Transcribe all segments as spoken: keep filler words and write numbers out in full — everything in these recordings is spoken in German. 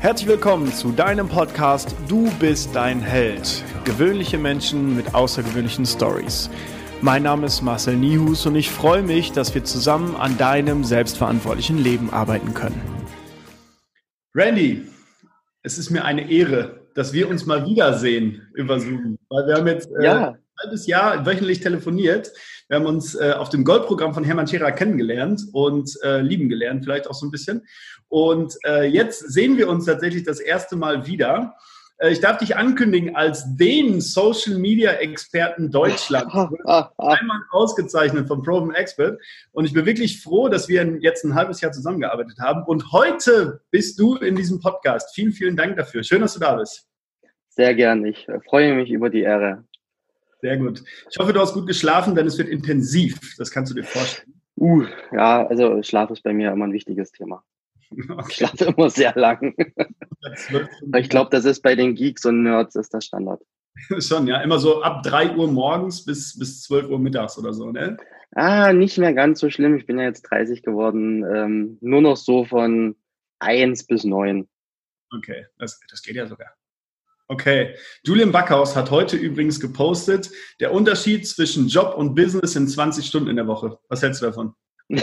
Herzlich willkommen zu deinem Podcast Du bist dein Held. Gewöhnliche Menschen mit außergewöhnlichen Stories. Mein Name ist Marcel Nihus und ich freue mich, dass wir zusammen an deinem selbstverantwortlichen Leben arbeiten können. Randy, es ist mir eine Ehre, dass wir uns mal wiedersehen über Zoom. Weil wir haben jetzt äh, Ja. ein halbes Jahr wöchentlich telefoniert. Wir haben uns äh, auf dem Goldprogramm von Hermann Scherer kennengelernt und äh, lieben gelernt, vielleicht auch so ein bisschen. Und äh, jetzt sehen wir uns tatsächlich das erste Mal wieder. Äh, ich darf dich ankündigen als den Social-Media-Experten Deutschlands. Einmal ausgezeichnet vom Proven Expert. Und ich bin wirklich froh, dass wir jetzt ein halbes Jahr zusammengearbeitet haben. Und heute bist du in diesem Podcast. Vielen, vielen Dank dafür. Schön, dass du da bist. Sehr gern. Ich freue mich über die Ehre. Sehr gut. Ich hoffe, du hast gut geschlafen, denn es wird intensiv. Das kannst du dir vorstellen. Uh, ja, also Schlaf ist bei mir immer ein wichtiges Thema. Okay. Ich schlafe immer sehr lang. Ich glaube, das ist bei den Geeks und Nerds ist das Standard. Schon, ja. Immer so ab drei Uhr morgens bis, bis zwölf Uhr mittags oder so, ne? Ah, nicht mehr ganz so schlimm. Ich bin ja jetzt dreißig geworden. Ähm, nur noch so von eins bis neun. Okay, das, das geht ja sogar. Okay, Julian Backhaus hat heute übrigens gepostet, der Unterschied zwischen Job und Business in zwanzig Stunden in der Woche. Was hältst du davon?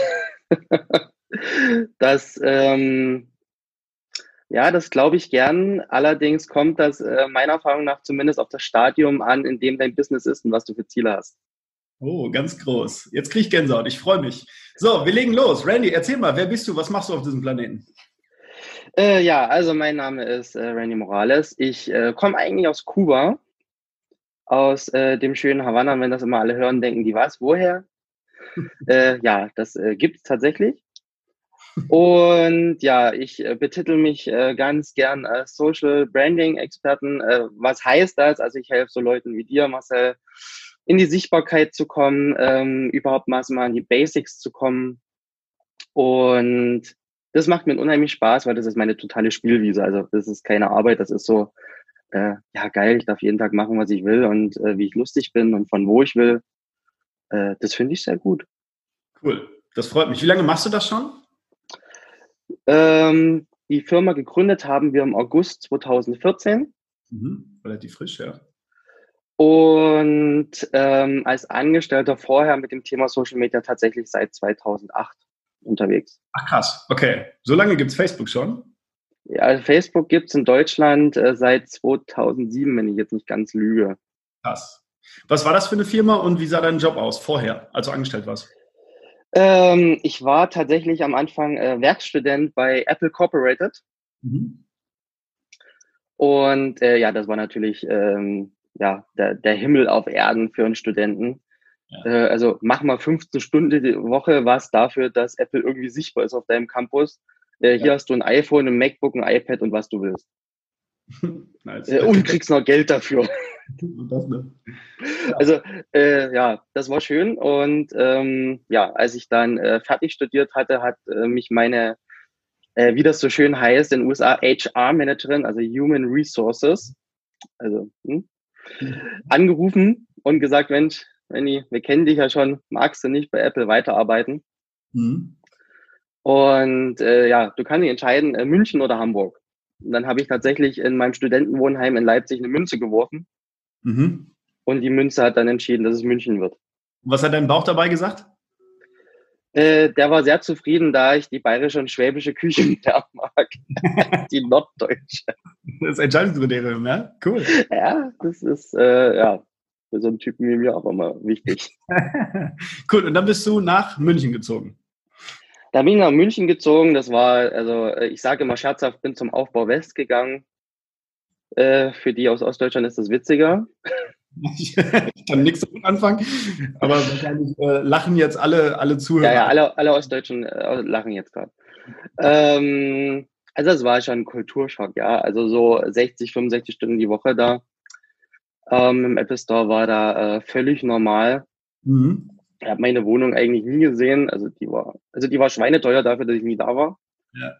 Das, ähm, ja, das glaube ich gern. Allerdings kommt das äh, meiner Erfahrung nach zumindest auf das Stadium an, in dem dein Business ist und was du für Ziele hast. Oh, ganz groß. Jetzt kriege ich Gänsehaut. Ich freue mich. So, wir legen los. Randy, erzähl mal, wer bist du? Was machst du auf diesem Planeten? Äh, ja, also mein Name ist äh, Randy Morales. Ich äh, komme eigentlich aus Kuba, aus äh, dem schönen Havanna. Wenn das immer alle hören, denken die, was, woher? äh, ja, das äh, gibt es tatsächlich. Und ja, ich äh, betitel mich äh, ganz gern als Social Branding Experten. Äh, was heißt das? Also ich helfe so Leuten wie dir, Marcel, in die Sichtbarkeit zu kommen, ähm, überhaupt mal an die Basics zu kommen. Und das macht mir unheimlich Spaß, weil das ist meine totale Spielwiese. Also das ist keine Arbeit, das ist so, äh, ja geil, ich darf jeden Tag machen, was ich will und äh, wie ich lustig bin und von wo ich will. Äh, das finde ich sehr gut. Cool, das freut mich. Wie lange machst du das schon? Ähm, die Firma gegründet haben wir im August zweitausendvierzehn. Mhm, relativ frisch, ja. Und ähm, als Angestellter vorher mit dem Thema Social Media tatsächlich seit zweitausendacht unterwegs. Ach krass, okay. So lange gibt es Facebook schon? Ja, Facebook gibt es in Deutschland äh, seit zweitausendsieben, wenn ich jetzt nicht ganz lüge. Krass. Was war das für eine Firma und wie sah dein Job aus vorher, als du angestellt warst? Ähm, ich war tatsächlich am Anfang äh, Werkstudent bei Apple Corporated. Mhm. Und äh, ja, das war natürlich ähm, ja, der, der Himmel auf Erden für einen Studenten. Ja. Äh, also mach mal fünfzehn Stunden die Woche was dafür, dass Apple irgendwie sichtbar ist auf deinem Campus. Äh, hier ja. hast du ein iPhone, ein MacBook, ein iPad und was du willst. Nice. Äh, und kriegst noch Geld dafür. Das, ne? Ja. Also äh, ja, das war schön. Und ähm, ja, als ich dann äh, fertig studiert hatte, hat äh, mich meine, äh, wie das so schön heißt in den U S A, H R-Managerin, also Human Resources, also hm, mhm. angerufen und gesagt, Mensch, Benni, wir kennen dich ja schon, magst du nicht bei Apple weiterarbeiten? Mhm. Und äh, ja, du kannst dich entscheiden, äh, München oder Hamburg. Und dann habe ich tatsächlich in meinem Studentenwohnheim in Leipzig eine Münze geworfen. Mhm. Und die Münze hat dann entschieden, dass es München wird. Was hat dein Bauch dabei gesagt? Äh, der war sehr zufrieden, da ich die bayerische und schwäbische Küche mehr mag. Die norddeutsche. Das ist Entscheidungskriterium, ja? Cool. Ja, das ist, äh, ja, für so einen Typen wie mir auch immer wichtig. Cool, und dann bist du nach München gezogen. Da bin ich nach München gezogen. Das war, also ich sage immer scherzhaft, bin zum Aufbau West gegangen. Äh, für die aus Ostdeutschland ist das witziger. Ich kann nichts damit anfangen, aber wahrscheinlich äh, lachen jetzt alle, alle Zuhörer. Ja, ja, alle, alle Ostdeutschen äh, lachen jetzt gerade. Ähm, also es war schon ein Kulturschock, ja. Also so sechzig, fünfundsechzig Stunden die Woche da. Ähm, im Apple Store war da äh, völlig normal. Mhm. Ich habe meine Wohnung eigentlich nie gesehen. Also die war, also die war schweineteuer dafür, dass ich nie da war. Ja.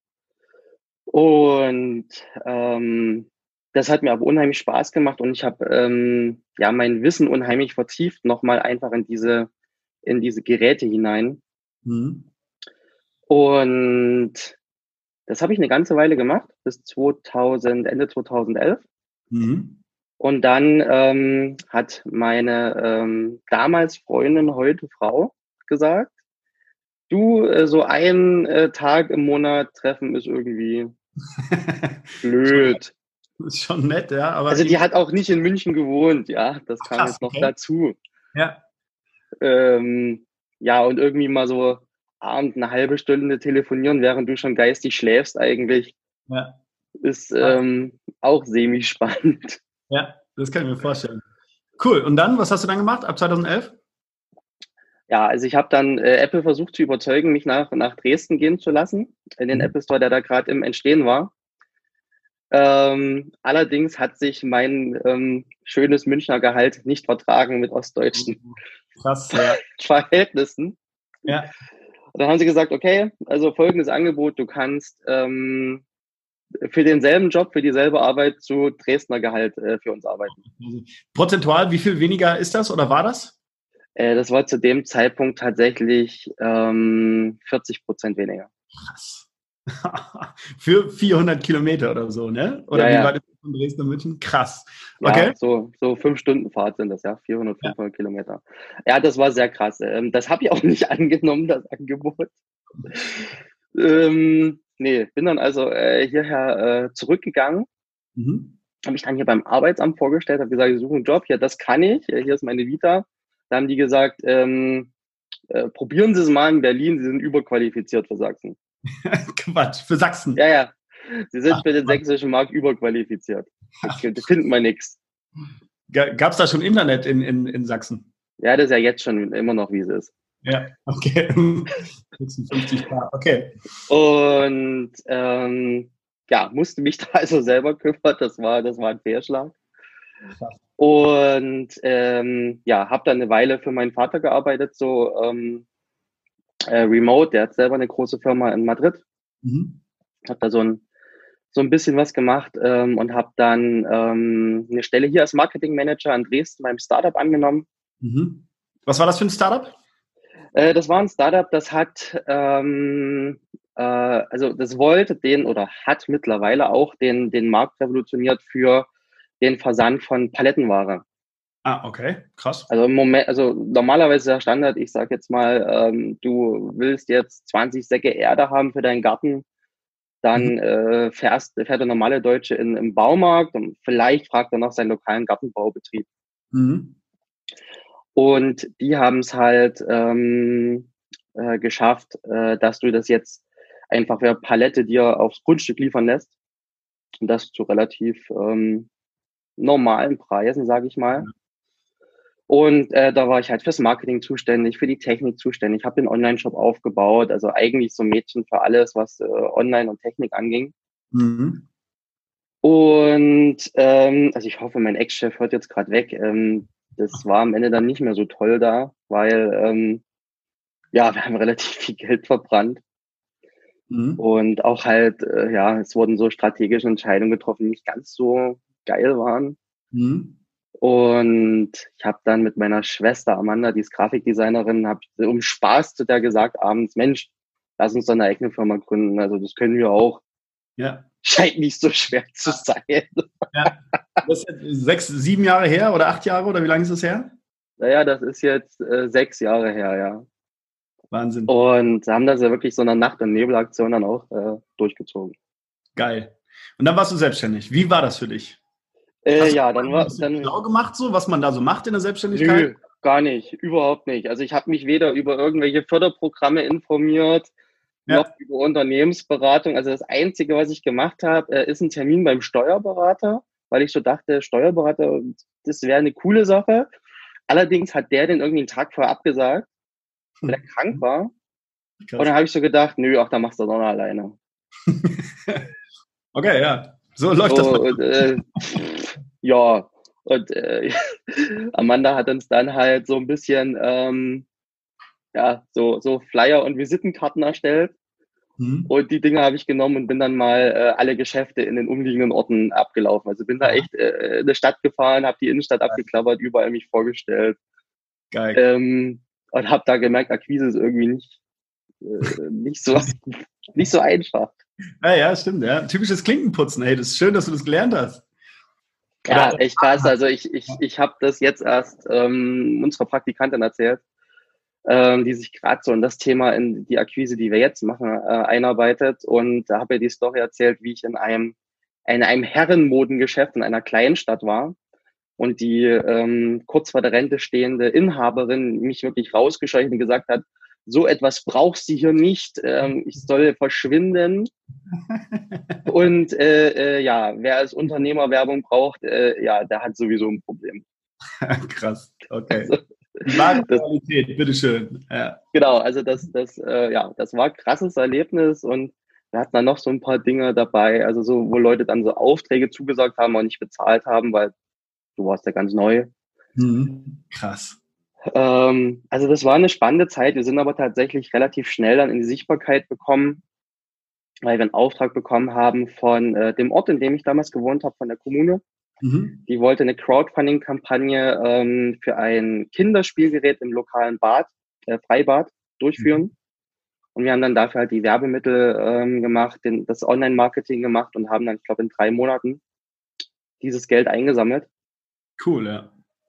Und ähm, das hat mir aber unheimlich Spaß gemacht und ich habe ähm, ja mein Wissen unheimlich vertieft, nochmal einfach in diese in diese Geräte hinein. Mhm. Und Das habe ich eine ganze Weile gemacht, bis zweitausend, Ende zweitausendelf. Mhm. Und dann ähm, hat meine ähm, damals Freundin, heute Frau, gesagt, du, äh, so ein äh, Tag im Monat treffen ist irgendwie blöd. Das ist schon nett, ja. Aber Also die hat auch nicht in München gewohnt, ja, das kam krass, jetzt noch okay. dazu. Ja. Ähm, ja, und irgendwie mal so abends eine halbe Stunde telefonieren, während du schon geistig schläfst eigentlich, Ja. ist ähm, auch semi-spannend. Ja, das kann ich mir vorstellen. Cool. Und dann, was hast du dann gemacht ab zweitausendelf? Ja, also ich habe dann äh, Apple versucht zu überzeugen, mich nach, nach Dresden gehen zu lassen, in den Mhm. Apple Store, der da gerade im Entstehen war. Ähm, allerdings hat sich mein ähm, schönes Münchner Gehalt nicht vertragen mit ostdeutschen Krass, ja. Verhältnissen. Ja. Und dann haben sie gesagt, okay, also folgendes Angebot, du kannst ähm, für denselben Job, für dieselbe Arbeit zu Dresdner Gehalt äh, für uns arbeiten. Prozentual, wie viel weniger ist das oder war das? Äh, das war zu dem Zeitpunkt tatsächlich ähm, vierzig Prozent weniger. Krass. Für vierhundert Kilometer oder so, ne? Oder Ja, wie ja. weit ist das von Dresden nach München? Krass. Okay. Ja, so, so fünf Stunden Fahrt sind das, ja, vierhundert, fünfhundert ja. Kilometer. Ja, das war sehr krass. Ähm, das habe ich auch nicht angenommen, das Angebot. ähm, nee, bin dann also äh, hierher äh, zurückgegangen. Mhm. Habe mich dann hier beim Arbeitsamt vorgestellt, habe gesagt, ich suche einen Job, ja, das kann ich, hier ist meine Vita. Da haben die gesagt, ähm, äh, probieren Sie es mal in Berlin, Sie sind überqualifiziert für Sachsen. Quatsch, für Sachsen. Ja, ja. Sie sind Ach, für den sächsischen Markt überqualifiziert. Da finden wir nichts. Gab es da schon Internet in, in, in Sachsen? Ja, das ist ja jetzt schon immer noch, wie es ist. Ja, okay. sechsundfünfzig Grad, okay. Und ähm, ja, musste mich da also selber kümmern. Das war, das war ein Fehlschlag. Krass. Und ähm, ja, habe dann eine Weile für meinen Vater gearbeitet, so ähm, äh, remote. Der hat selber eine große Firma in Madrid. Mhm. Habe da so ein so ein bisschen was gemacht ähm, und habe dann ähm, eine Stelle hier als Marketingmanager in Dresden beim Startup angenommen. Mhm. Was war das für ein Startup? Äh, das war ein Startup, das hat, ähm, äh, also das wollte den oder hat mittlerweile auch den, den Markt revolutioniert für den Versand von Palettenware. Ah, okay, krass. Also im Moment, also normalerweise ist der Standard, ich sage jetzt mal, ähm, du willst jetzt zwanzig Säcke Erde haben für deinen Garten, dann mhm. äh, fährst, fährt der normale Deutsche in, im Baumarkt und vielleicht fragt er noch seinen lokalen Gartenbaubetrieb. Mhm. Und die haben es halt ähm, äh, geschafft, äh, dass du das jetzt einfach per Palette dir aufs Grundstück liefern lässt. Und das zu relativ ähm, normalen Preisen, sage ich mal. Und äh, da war ich halt fürs Marketing zuständig, für die Technik zuständig. Ich habe den Online-Shop aufgebaut, also eigentlich so Mädchen für alles, was äh, Online und Technik anging. Mhm. Und ähm, also ich hoffe, mein Ex-Chef hört jetzt gerade weg. Ähm, das war am Ende dann nicht mehr so toll da, weil ähm, ja, wir haben relativ viel Geld verbrannt. Mhm. Und auch halt, äh, ja, es wurden so strategische Entscheidungen getroffen, die nicht ganz so geil waren. Mhm. Und ich habe dann mit meiner Schwester Amanda, die ist Grafikdesignerin, habe um Spaß zu der gesagt abends, Mensch, lass uns doch eine eigene Firma gründen. Also das können wir auch. Ja. Scheint nicht so schwer zu sein. Ja. Das ist jetzt sechs, sieben Jahre her oder acht Jahre oder wie lange ist das her? Naja, das ist jetzt äh, sechs Jahre her, ja. Wahnsinn. Und haben das ja wirklich so eine Nacht- und Nebelaktion dann auch äh, durchgezogen. Geil. Und dann warst du selbstständig. Wie war das für dich? Äh, ja, dann war dann schlau gemacht, so was man da so macht in der Selbstständigkeit? Nö, gar nicht, überhaupt nicht. Also ich habe mich weder über irgendwelche Förderprogramme informiert, ja. noch über Unternehmensberatung. Also das Einzige, was ich gemacht habe, ist ein Termin beim Steuerberater, weil ich so dachte, Steuerberater, das wäre eine coole Sache. Allerdings hat der den irgendwie einen Tag vorher abgesagt, weil er hm. krank war. Krass. Und dann habe ich so gedacht, nö, ach, da machst du doch noch alleine. Okay, ja. So läuft so, das. Und, äh, ja, und äh, Amanda hat uns dann halt so ein bisschen ähm, ja, so, so Flyer und Visitenkarten erstellt. Mhm. Und die Dinge habe ich genommen und bin dann mal äh, alle Geschäfte in den umliegenden Orten abgelaufen. Also bin da echt äh, in eine Stadt gefahren, habe die Innenstadt Geil. abgeklappert, überall mich vorgestellt. Geil. Ähm, und habe da gemerkt, Akquise ist irgendwie nicht, äh, nicht, so, nicht so einfach. Ja, ja, stimmt. Ja. Typisches Klinkenputzen. Ey, das ist schön, dass du das gelernt hast. Ja, Oder, echt krass. Also ich, ich, ich habe das jetzt erst ähm, unserer Praktikantin erzählt, ähm, die sich gerade so in das Thema, in die Akquise, die wir jetzt machen, äh, einarbeitet. Und da habe ich die Story erzählt, wie ich in einem, in einem Herrenmodengeschäft in einer Kleinstadt war und die ähm, kurz vor der Rente stehende Inhaberin mich wirklich rausgescheucht und gesagt hat, so etwas brauchst du hier nicht, ähm, ich soll verschwinden. Und äh, äh, ja, wer als Unternehmer Werbung braucht, äh, ja, der hat sowieso ein Problem. krass, okay. Also, Die wahre das, Realität, bitteschön. Ja. genau, also das, das, äh, ja, das war ein krasses Erlebnis und wir hatten dann noch so ein paar Dinge dabei, also so, wo Leute dann so Aufträge zugesagt haben und nicht bezahlt haben, weil du warst ja ganz neu. Mhm. Krass. Ähm, also das war eine spannende Zeit. Wir sind aber tatsächlich relativ schnell dann in die Sichtbarkeit gekommen, weil wir einen Auftrag bekommen haben von äh, dem Ort, in dem ich damals gewohnt habe, von der Kommune. Mhm. Die wollte eine Crowdfunding-Kampagne ähm, für ein Kinderspielgerät im lokalen Bad, äh, Freibad durchführen. Mhm. Und wir haben dann dafür halt die Werbemittel ähm, gemacht, den, das Online-Marketing gemacht und haben dann, ich glaube, in drei Monaten dieses Geld eingesammelt. Cool, ja.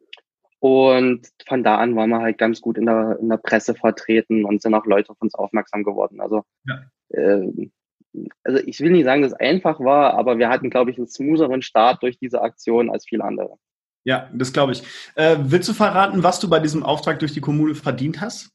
Und von da an waren wir halt ganz gut in der, in der Presse vertreten und sind auch Leute auf uns aufmerksam geworden. Also, Ja. äh, also ich will nicht sagen, dass es einfach war, aber wir hatten, glaube ich, einen smootheren Start durch diese Aktion als viele andere. Ja, das glaube ich. Äh, willst du verraten, was du bei diesem Auftrag durch die Kommune verdient hast?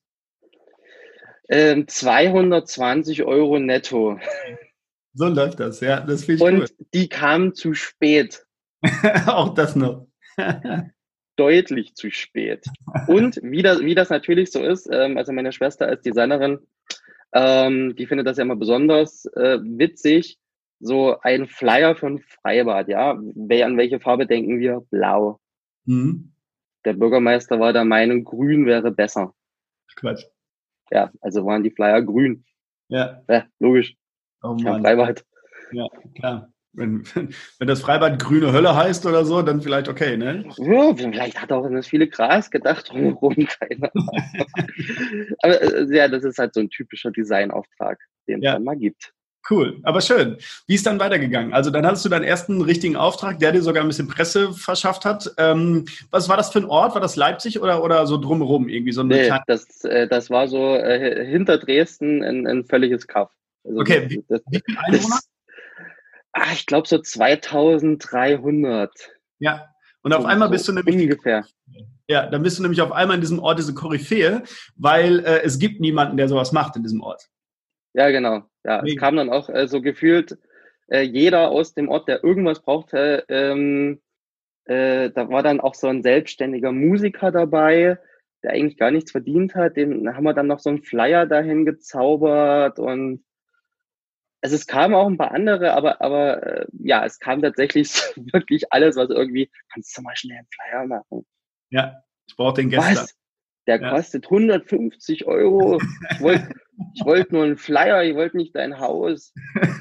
Ähm, zweihundertzwanzig Euro netto. So läuft das, ja, das finde ich Und cool. die kamen zu spät. Auch das noch. Deutlich zu spät. Und wie das, wie das natürlich so ist, ähm, also meine Schwester als Designerin, ähm, die findet das ja immer besonders äh, witzig, so ein Flyer für ein Freibad, ja. Wer, an welche Farbe denken wir? Blau. Mhm. Der Bürgermeister war der Meinung, grün wäre besser. Quatsch. Ja, also waren die Flyer grün. Ja. Ja, logisch. Oh Kein Mann. Freibad. Ja, klar. Wenn, wenn das Freibad grüne Hölle heißt oder so, dann vielleicht okay, ne? Ja, vielleicht hat auch an das viele Gras gedacht drumherum, keine Ahnung. Aber äh, ja, das ist halt so ein typischer Designauftrag, den es Ja, dann mal gibt. cool. Aber schön. Wie ist dann weitergegangen? Also dann hattest du deinen ersten richtigen Auftrag, der dir sogar ein bisschen Presse verschafft hat. Ähm, was war das für ein Ort? War das Leipzig oder, oder so drumherum? Irgendwie so eine Nee, kleine... das, äh, das war so äh, hinter Dresden ein, ein völliges Kaff. Also Okay, das, wie, das, wie viele Einwohner? das, ah, ich glaube so zweitausenddreihundert. Ja. Und auf So, einmal so bist du nämlich die ungefähr. Ja, dann bist du nämlich auf einmal in diesem Ort diese Koryphäe, weil äh, es gibt niemanden, der sowas macht in diesem Ort. Ja, genau. Ja, es Mega. kam dann auch äh, so gefühlt äh, jeder aus dem Ort, der irgendwas brauchte. Ähm, äh, da war dann auch so ein selbstständiger Musiker dabei, der eigentlich gar nichts verdient hat. Den haben wir dann noch so einen Flyer dahin gezaubert und also es kamen auch ein paar andere, aber aber äh, ja, es kam tatsächlich wirklich alles, was irgendwie, kannst du mal schnell einen Flyer machen? Ja, ich brauche den gestern. Was? Der Ja. kostet hundertfünfzig Euro. Ich wollte ich wollte nur einen Flyer, ich wollte nicht dein Haus.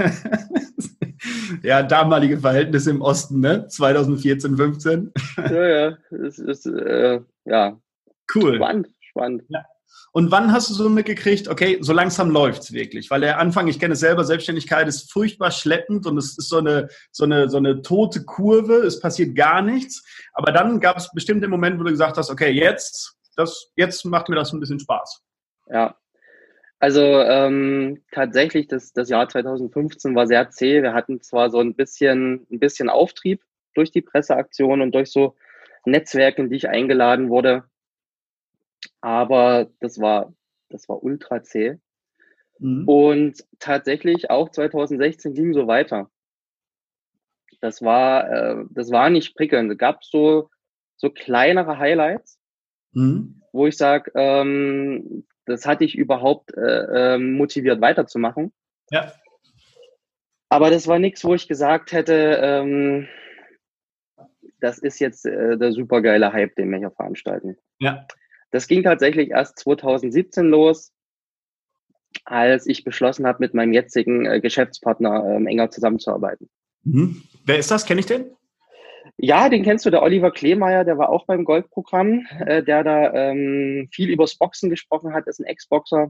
Ja, damalige Verhältnisse im Osten, ne? zweitausendvierzehn, fünfzehn. Ja, ja, es ist äh, ja Cool. spannend, spannend. Ja. Und wann hast du so mitgekriegt, okay, so langsam läuft's wirklich? Weil der Anfang, ich kenne es selber, Selbstständigkeit ist furchtbar schleppend und es ist so eine, so eine, so eine tote Kurve, es passiert gar nichts. Aber dann gab es bestimmt den Moment, wo du gesagt hast, okay, jetzt, das, jetzt macht mir das ein bisschen Spaß. Ja, also ähm, tatsächlich, das, das Jahr zweitausendfünfzehn war sehr zäh. Wir hatten zwar so ein bisschen, ein bisschen Auftrieb durch die Presseaktion und durch so Netzwerke, in die ich eingeladen wurde, aber das war, das war ultra zäh. Mhm. Und tatsächlich auch zweitausendsechzehn ging so weiter. Das war, äh, das war nicht prickelnd. Es gab so, so kleinere Highlights, Mhm. wo ich sage, ähm, das hatte ich überhaupt äh, ähm, motiviert weiterzumachen. Ja. Aber das war nichts, wo ich gesagt hätte, ähm, das ist jetzt äh, der supergeile Hype, den wir hier veranstalten. Ja. Das ging tatsächlich erst zweitausendsiebzehn los, als ich beschlossen habe, mit meinem jetzigen äh, Geschäftspartner ähm, enger zusammenzuarbeiten. Mhm. Wer ist das? Kenne ich den? Ja, den kennst du, der Oliver Kleemeyer, der war auch beim Goldprogramm, äh, der da ähm, viel übers Boxen gesprochen hat, ist ein Ex-Boxer.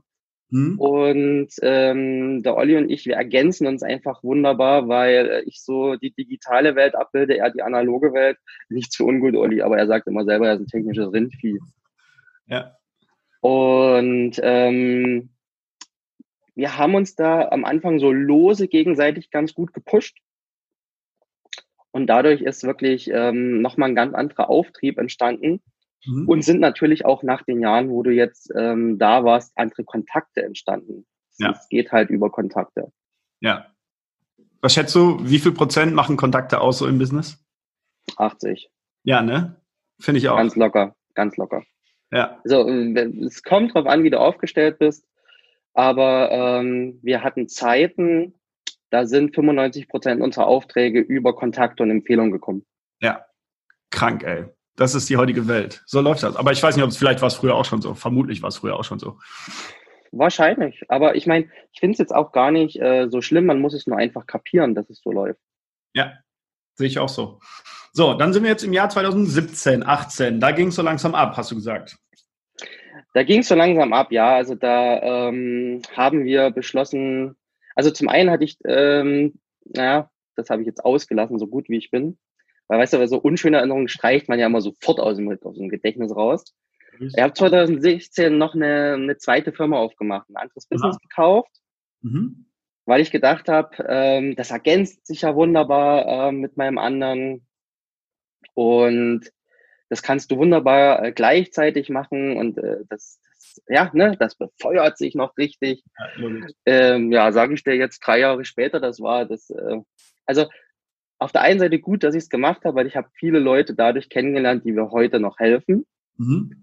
Mhm. Und ähm, der Olli und ich, wir ergänzen uns einfach wunderbar, weil ich so die digitale Welt abbilde, er die analoge Welt. Nicht zu ungut, Olli, aber er sagt immer selber, er ist ein technisches Rindvieh. Ja. Und ähm, wir haben uns da am Anfang so lose gegenseitig ganz gut gepusht. Und dadurch ist wirklich ähm, nochmal ein ganz anderer Auftrieb entstanden. Mhm. Und sind natürlich auch nach den Jahren, wo du jetzt ähm, da warst, andere Kontakte entstanden. Ja. Es geht halt über Kontakte. Ja. Was schätzt du, wie viel Prozent machen Kontakte aus so im Business? achtzig. Ja, ne? Finde ich auch. Ganz locker, ganz locker. Ja. Also es kommt drauf an, wie du aufgestellt bist. Aber ähm, wir hatten Zeiten, da sind fünfundneunzig Prozent unserer Aufträge über Kontakte und Empfehlungen gekommen. Ja. Krank, ey. Das ist die heutige Welt. So läuft das. Aber ich weiß nicht, ob es vielleicht war es früher auch schon so. Vermutlich war es früher auch schon so. Wahrscheinlich. Aber ich meine, ich finde es jetzt auch gar nicht äh, so schlimm. Man muss es nur einfach kapieren, dass es so läuft. Ja, sehe ich auch so. So, dann sind wir jetzt im Jahr zwanzig siebzehn, achtzehn. Da ging es so langsam ab, hast du gesagt. Da ging es so langsam ab, ja. Also da ähm, haben wir beschlossen, also zum einen hatte ich, ähm, naja, das habe ich jetzt ausgelassen, so gut wie ich bin. Weil, weißt du, so unschöne Erinnerungen streicht man ja immer sofort aus dem, aus dem Gedächtnis raus. Ich habe zwanzig sechzehn noch eine, eine zweite Firma aufgemacht, ein anderes Business Aha. gekauft, Mhm. weil ich gedacht habe, ähm, das ergänzt sich ja wunderbar äh, mit meinem anderen. Und das kannst du wunderbar äh, gleichzeitig machen und äh, das, das, ja, ne, das befeuert sich noch richtig. Ja, logisch. Ähm, ja, sage ich dir jetzt drei Jahre später, das war das, äh, also auf der einen Seite gut, dass ich es gemacht habe, weil ich habe viele Leute dadurch kennengelernt, die mir heute noch helfen. Mhm.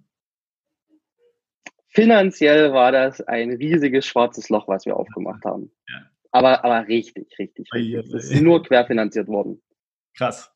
Finanziell war das ein riesiges schwarzes Loch, was wir aufgemacht haben. Ja. Aber, aber richtig, richtig, Ei, richtig. ei, Es ist ei. nur querfinanziert worden. Krass.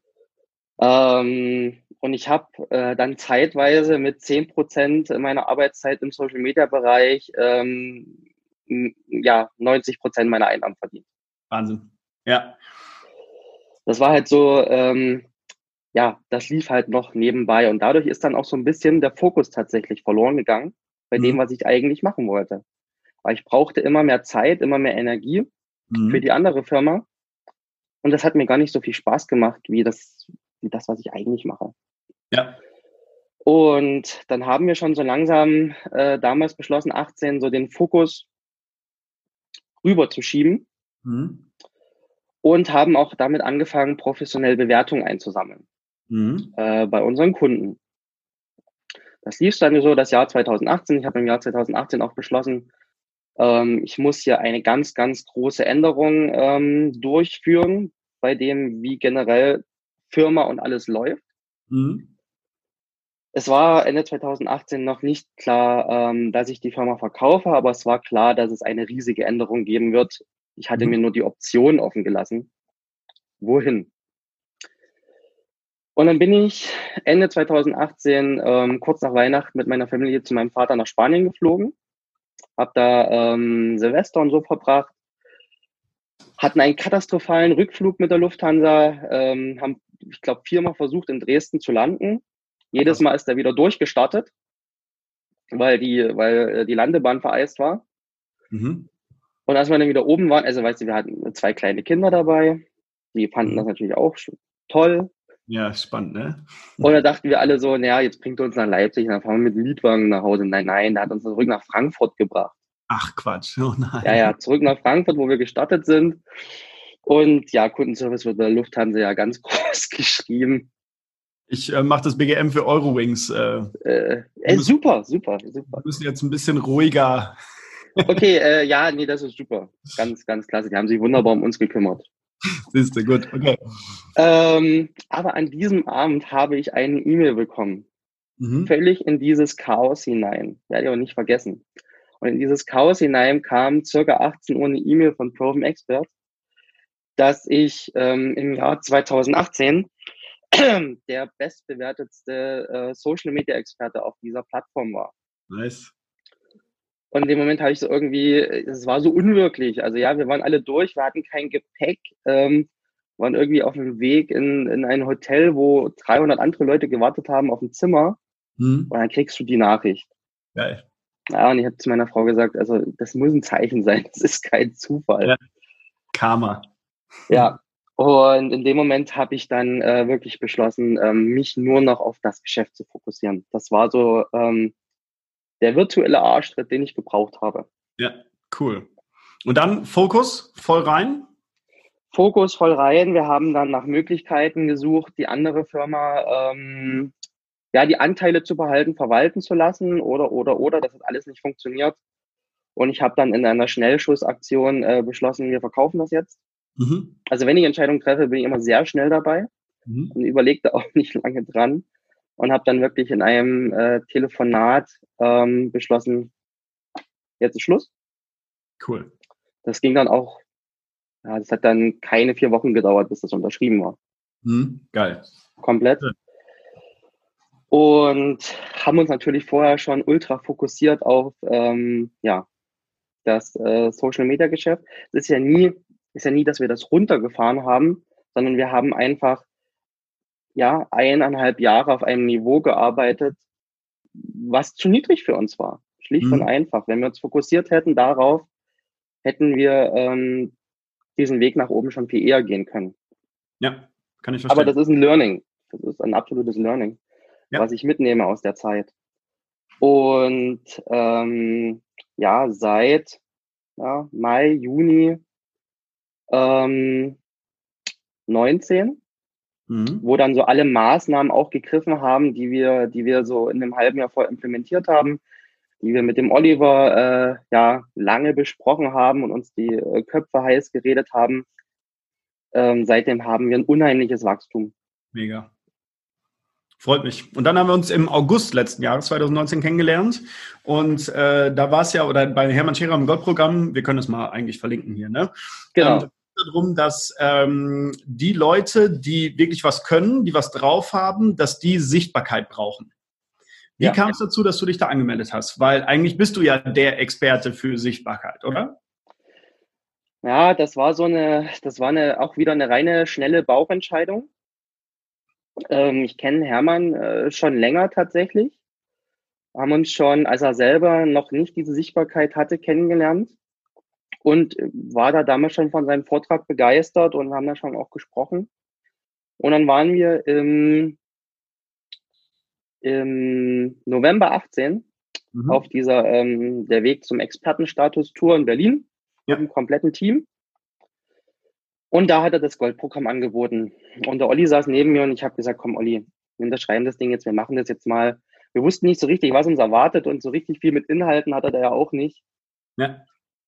Ähm, und ich habe äh, dann zeitweise mit zehn Prozent meiner Arbeitszeit im Social-Media-Bereich ähm, m- ja, neunzig Prozent meiner Einnahmen verdient. Wahnsinn. Ja. Das war halt so, ähm, ja, das lief halt noch nebenbei. Und dadurch ist dann auch so ein bisschen der Fokus tatsächlich verloren gegangen bei dem, Mhm. was ich eigentlich machen wollte. Weil ich brauchte immer mehr Zeit, immer mehr Energie für Mhm. die andere Firma. Und das hat mir gar nicht so viel Spaß gemacht, wie das, wie das, was ich eigentlich mache. Ja. Und dann haben wir schon so langsam äh, damals beschlossen, achtzehn, so den Fokus rüber zu schieben Mhm. und haben auch damit angefangen, professionell Bewertungen einzusammeln Mhm. äh, bei unseren Kunden. Das lief dann so das Jahr zwanzig achtzehn. Ich habe im Jahr zwanzig achtzehn auch beschlossen, ähm, ich muss hier eine ganz, ganz große Änderung ähm, durchführen, bei dem, wie generell Firma und alles läuft. Mhm. Es war Ende zwanzig achtzehn noch nicht klar, ähm, dass ich die Firma verkaufe, aber es war klar, dass es eine riesige Änderung geben wird. Ich hatte Mhm. mir nur die Option offen gelassen. Wohin? Und dann bin ich Ende zwanzig achtzehn, ähm, kurz nach Weihnachten, mit meiner Familie zu meinem Vater nach Spanien geflogen. Hab da ähm, Silvester und so verbracht. Hatten einen katastrophalen Rückflug mit der Lufthansa. Ähm, haben, ich glaube, viermal versucht, in Dresden zu landen. Jedes Mal ist er wieder durchgestartet, weil die, weil die Landebahn vereist war. Mhm. Und als wir dann wieder oben waren, also weißt du, wir hatten zwei kleine Kinder dabei, die fanden Mhm. das natürlich auch toll. Ja, spannend, ne? Und da dachten wir alle so, naja, jetzt bringt er uns nach Leipzig und dann fahren wir mit dem Mietwagen nach Hause. Nein, nein, der hat uns zurück nach Frankfurt gebracht. Ach Quatsch, oh nein. Ja, ja, zurück nach Frankfurt, wo wir gestartet sind. Und ja, Kundenservice wird bei der Lufthansa ja ganz groß geschrieben. Ich äh, mache das B G M für Eurowings. Äh, Äh, äh, super, super, super. Wir müssen jetzt ein bisschen ruhiger. Okay, äh, ja, nee, das ist super. Ganz, ganz klasse. Die haben sich wunderbar um uns gekümmert. Siehst du, gut, okay. Ähm, aber an diesem Abend habe ich eine E-Mail bekommen. Mhm. Völlig in dieses Chaos hinein. Werde ich auch nicht vergessen. Und in dieses Chaos hinein kam circa achtzehn Uhr eine E-Mail von Proven Expert, dass ich ähm, im Jahr zwanzig achtzehn der bestbewertetste äh, Social Media Experte auf dieser Plattform war. Nice. Und in dem Moment habe ich so irgendwie, es war so unwirklich. Also ja, wir waren alle durch, wir hatten kein Gepäck, ähm, waren irgendwie auf dem Weg in, in ein Hotel, wo dreihundert andere Leute gewartet haben auf ein Zimmer. Mhm. Und dann kriegst du die Nachricht. Geil. Ja, und ich habe zu meiner Frau gesagt, also das muss ein Zeichen sein, das ist kein Zufall. Ja. Karma. Ja, und in dem Moment habe ich dann äh, wirklich beschlossen, ähm, mich nur noch auf das Geschäft zu fokussieren. Das war so ähm, der virtuelle Arschtritt, den ich gebraucht habe. Ja, cool. Und dann Fokus, voll rein? Fokus voll rein. Wir haben dann nach Möglichkeiten gesucht, die andere Firma, ähm, ja, die Anteile zu behalten, verwalten zu lassen oder, oder, oder. Das hat alles nicht funktioniert. Und ich habe dann in einer Schnellschussaktion äh, beschlossen, wir verkaufen das jetzt. Mhm. Also wenn ich Entscheidungen treffe, bin ich immer sehr schnell dabei Mhm. und überlege da auch nicht lange dran und habe dann wirklich in einem äh, Telefonat ähm, beschlossen, jetzt ist Schluss. Cool. Das ging dann auch, ja, das hat dann keine vier Wochen gedauert, bis das unterschrieben war. Mhm. Geil. Komplett. Ja. Und haben uns natürlich vorher schon ultra fokussiert auf ähm, ja, das äh, Social-Media-Geschäft. Es ist ja nie, ist ja nie, dass wir das runtergefahren haben, sondern wir haben einfach ja eineinhalb Jahre auf einem Niveau gearbeitet, was zu niedrig für uns war. Schlicht und Mhm. einfach. Wenn wir uns fokussiert hätten darauf, hätten wir ähm, diesen Weg nach oben schon viel eher gehen können. Ja, kann ich Aber verstehen. das ist ein Learning. Das ist ein absolutes Learning, Ja. was ich mitnehme aus der Zeit. Und ähm, ja, seit ja, Mai, Juni ähm, neunzehn, Mhm. wo dann so alle Maßnahmen auch gegriffen haben, die wir, die wir so in einem halben Jahr vorher implementiert haben, die wir mit dem Oliver äh, ja lange besprochen haben und uns die äh, Köpfe heiß geredet haben. Ähm, seitdem haben wir ein unheimliches Wachstum. Mega. Freut mich. Und dann haben wir uns im August letzten Jahres, zwanzig neunzehn, kennengelernt. Und äh, da war es ja, oder bei Hermann Scherer im Goldprogramm, wir können es mal eigentlich verlinken hier, ne? Ähm, Genau. da geht es darum, dass ähm, die Leute, die wirklich was können, die was drauf haben, dass die Sichtbarkeit brauchen. Wie Ja. kam es dazu, dass du dich da angemeldet hast? Weil eigentlich bist du ja der Experte für Sichtbarkeit, oder? Ja, das war so eine, das war eine auch wieder eine reine schnelle Bauchentscheidung. Ähm, ich kenne Hermann äh, schon länger tatsächlich. Haben uns schon, als er selber noch nicht diese Sichtbarkeit hatte, kennengelernt und war da damals schon von seinem Vortrag begeistert und haben da schon auch gesprochen. Und dann waren wir im, im November achtzehn auf Mhm. dieser ähm, der Weg zum Expertenstatus-Tour in Berlin mit Ja. dem kompletten Team. Und da hat er das Goldprogramm angeboten. Und der Olli saß neben mir und ich habe gesagt, komm Olli, wir unterschreiben das Ding jetzt, wir machen das jetzt mal. Wir wussten nicht so richtig, was uns erwartet und so richtig viel mit Inhalten hat er da ja auch nicht Ja.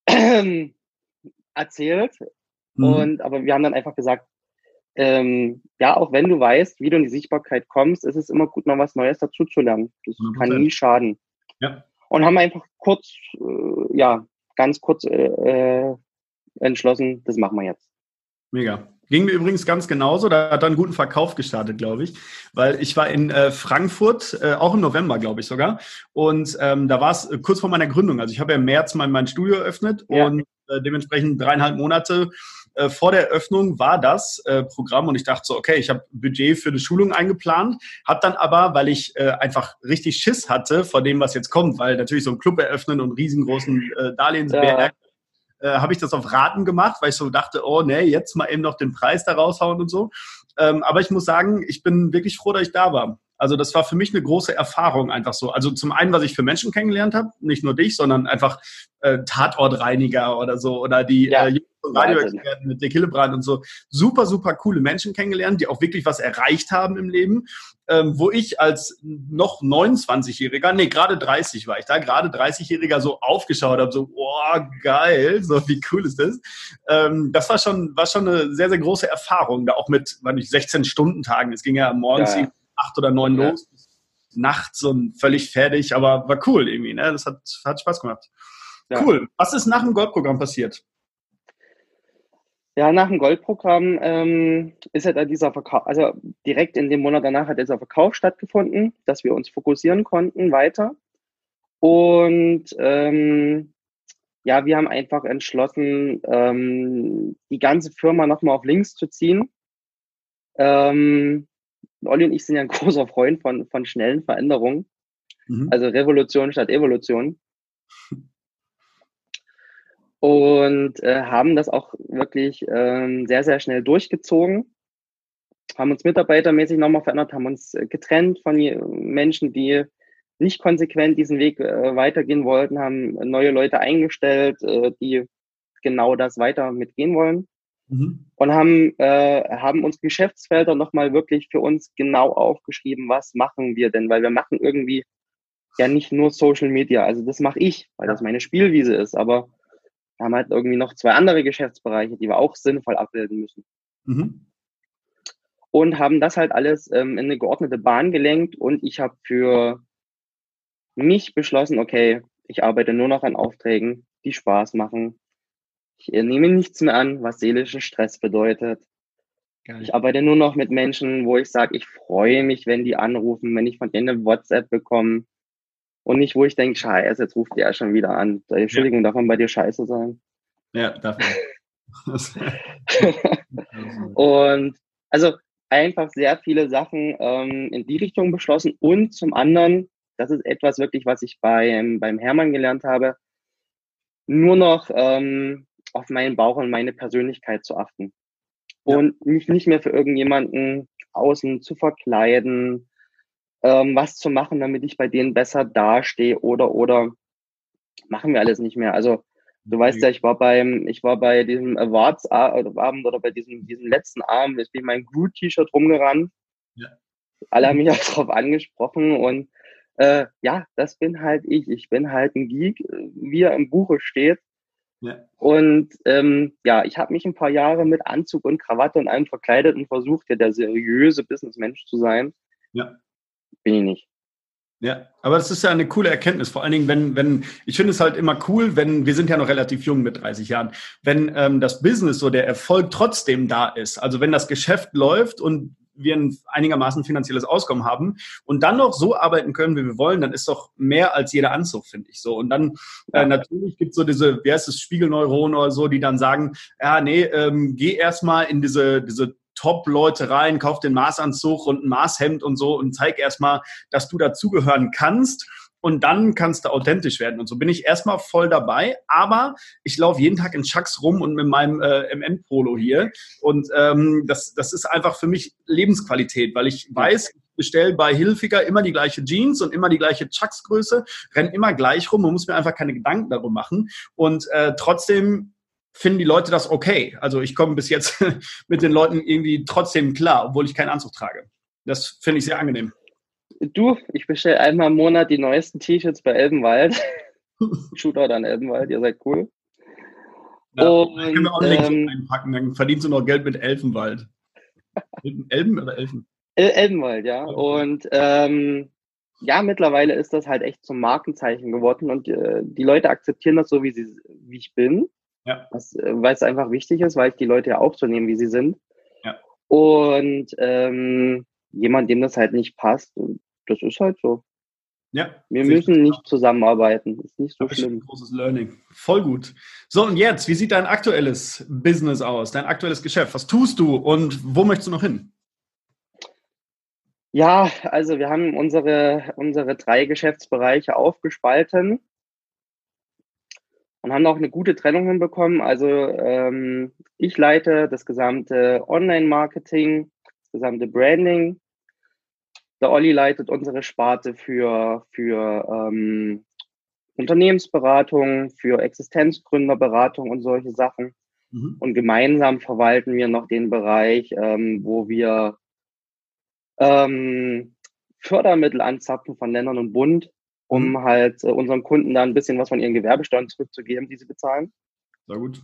erzählt. Mhm. Und aber wir haben dann einfach gesagt, ähm, ja, auch wenn du weißt, wie du in die Sichtbarkeit kommst, ist es immer gut, noch was Neues dazu zu lernen. Das hundert kann nie Prozent. schaden. Ja. Und haben einfach kurz, äh, ja, ganz kurz äh, äh, entschlossen, das machen wir jetzt. Mega. Ging mir übrigens ganz genauso. Da hat er einen guten Verkauf gestartet, glaube ich. Weil ich war in äh, Frankfurt, äh, auch im November, glaube ich sogar. Und ähm, da war es äh, kurz vor meiner Gründung. Also ich habe ja im März mein, mein Studio eröffnet Ja, und äh, dementsprechend dreieinhalb Monate äh, vor der Eröffnung war das äh, Programm. Und ich dachte so, okay, ich habe Budget für eine Schulung eingeplant. Habe dann aber, weil ich äh, einfach richtig Schiss hatte vor dem, was jetzt kommt, weil natürlich so ein Club eröffnen und riesengroßen äh, äh, Darlehensberg, äh, habe ich das auf Raten gemacht, weil ich so dachte, oh nee, jetzt mal eben noch den Preis da raushauen und so. Ähm, aber ich muss sagen, ich bin wirklich froh, dass ich da war. Also das war für mich eine große Erfahrung einfach so. Also zum einen, was ich für Menschen kennengelernt habe, nicht nur dich, sondern einfach äh, Tatortreiniger oder so oder die ja, äh, Wahnsinn. Radioexperten mit Dick Hillebrand und so. Super, super coole Menschen kennengelernt, die auch wirklich was erreicht haben im Leben. Ähm, wo ich als noch neunundzwanzigjähriger, nee, gerade dreißig war ich da, gerade dreißigjähriger so aufgeschaut habe, so, oh, geil, so, wie cool ist das? Ähm, das war schon, war schon eine sehr, sehr große Erfahrung, da auch mit, weiß nicht, sechzehn-Stunden-Tagen. Es ging ja morgens Ja, ja. acht oder neun Ja. los, nachts und völlig fertig, aber war cool irgendwie, ne? Das hat, hat Spaß gemacht. Ja. Cool. Was ist nach dem Goldprogramm passiert? Ja, nach dem Goldprogramm ähm, ist ja da dieser Verkauf, also direkt in dem Monat danach hat dieser Verkauf stattgefunden, dass wir uns fokussieren konnten weiter. Und ähm, ja, wir haben einfach entschlossen, ähm, die ganze Firma nochmal auf links zu ziehen. Ähm, Olli und ich sind ja ein großer Freund von, von schnellen Veränderungen, Mhm. also Revolution statt Evolution. Und äh, haben das auch wirklich ähm, sehr, sehr schnell durchgezogen, haben uns mitarbeitermäßig nochmal verändert, haben uns äh, getrennt von Menschen, die nicht konsequent diesen Weg äh, weitergehen wollten, haben neue Leute eingestellt, äh, die genau das weiter mitgehen wollen. Mhm. Und haben, äh, haben uns Geschäftsfelder nochmal wirklich für uns genau aufgeschrieben, was machen wir denn, weil wir machen irgendwie ja nicht nur Social Media, also das mache ich, weil das meine Spielwiese ist, aber wir haben halt irgendwie noch zwei andere Geschäftsbereiche, die wir auch sinnvoll abbilden müssen. Mhm. Und haben das halt alles ähm, in eine geordnete Bahn gelenkt und ich habe für mich beschlossen, okay, ich arbeite nur noch an Aufträgen, die Spaß machen. Ich äh, nehme nichts mehr an, was seelischen Stress bedeutet. Geil. Ich arbeite nur noch mit Menschen, wo ich sage, ich freue mich, wenn die anrufen, wenn ich von denen eine WhatsApp bekomme. Und nicht, wo ich denke, scheiße, jetzt ruft der schon wieder an. Entschuldigung, ja. Darf man bei dir scheiße sein? Ja, darf man. Und also einfach sehr viele Sachen ähm, in die Richtung beschlossen. Und zum anderen, das ist etwas wirklich, was ich beim, beim Hermann gelernt habe, nur noch ähm, auf meinen Bauch und meine Persönlichkeit zu achten. Ja. Und mich nicht mehr für irgendjemanden außen zu verkleiden, ähm, was zu machen, damit ich bei denen besser dastehe oder, oder machen wir alles nicht mehr. Also du weißt ja, ich war beim, ich war bei diesem Awards-Abend oder bei diesem, diesem letzten Abend, ich bin mein Groot-T-Shirt rumgerannt. Ja. Alle haben mich auch drauf angesprochen und äh, ja, das bin halt ich. Ich bin halt ein Geek, wie er im Buche steht. Ja. Und ähm, ja, ich habe mich ein paar Jahre mit Anzug und Krawatte und allem verkleidet und versucht, ja der seriöse Businessmensch zu sein. Ja. Bin ich nicht. Ja, aber das ist ja eine coole Erkenntnis. Vor allen Dingen, wenn, wenn, ich finde es halt immer cool, wenn, wir sind ja noch relativ jung mit dreißig Jahren, wenn ähm, das Business, so der Erfolg trotzdem da ist. Also wenn das Geschäft läuft und wir ein einigermaßen finanzielles Auskommen haben und dann noch so arbeiten können, wie wir wollen, dann ist doch mehr als jeder Anzug, finde ich so. Und dann ja. äh, natürlich gibt es so diese, wie heißt es, Spiegelneuronen oder so, die dann sagen, ja, nee, ähm, geh erstmal in diese, diese Top-Leute rein, kauf den Maßanzug und ein Maßhemd und so und zeig erstmal, dass du dazugehören kannst. Und dann kannst du authentisch werden. Und so bin ich erstmal voll dabei. Aber ich laufe jeden Tag in Chucks rum und mit meinem äh, M N-Polo hier. Und ähm, das, das ist einfach für mich Lebensqualität, weil ich weiß, ich bestelle bei Hilfiger immer die gleiche Jeans und immer die gleiche Chucks-Größe, renne immer gleich rum und muss mir einfach keine Gedanken darum machen. Und äh, trotzdem finden die Leute das okay. Also ich komme bis jetzt mit den Leuten irgendwie trotzdem klar, obwohl ich keinen Anzug trage. Das finde ich sehr angenehm. Du, ich bestelle einmal im Monat die neuesten T-Shirts bei Elbenwald. Shootout an Elbenwald, ihr seid cool. Ja, und, können wir auch einen Link ähm, einpacken, dann verdienst du noch Geld mit Elfenwald. Elben oder Elfen? El Elbenwald, ja. Und ähm, ja, mittlerweile ist das halt echt zum Markenzeichen geworden und äh, die Leute akzeptieren das so, wie, sie, wie ich bin. Ja. Das, äh, weil es einfach wichtig ist, weil ich die Leute ja auch so nehme, wie sie sind. Ja. Und ähm, jemand, dem das halt nicht passt, das ist halt so. Ja. Wir müssen nicht zusammenarbeiten. Ist nicht so schlimm. Ein großes Learning. Voll gut. So, und jetzt, wie sieht dein aktuelles Business aus? Dein aktuelles Geschäft? Was tust du und wo möchtest du noch hin? Ja, also wir haben unsere, unsere drei Geschäftsbereiche aufgespalten und haben auch eine gute Trennung hinbekommen. Also ähm, ich leite das gesamte Online-Marketing, das gesamte Branding. Der Olli leitet unsere Sparte für, für ähm, Unternehmensberatung, für Existenzgründerberatung und solche Sachen. Mhm. Und gemeinsam verwalten wir noch den Bereich, ähm, wo wir ähm, Fördermittel anzapfen von Ländern und Bund, um mhm. halt äh, unseren Kunden da ein bisschen was von ihren Gewerbesteuern zurückzugeben, die sie bezahlen. Sehr gut.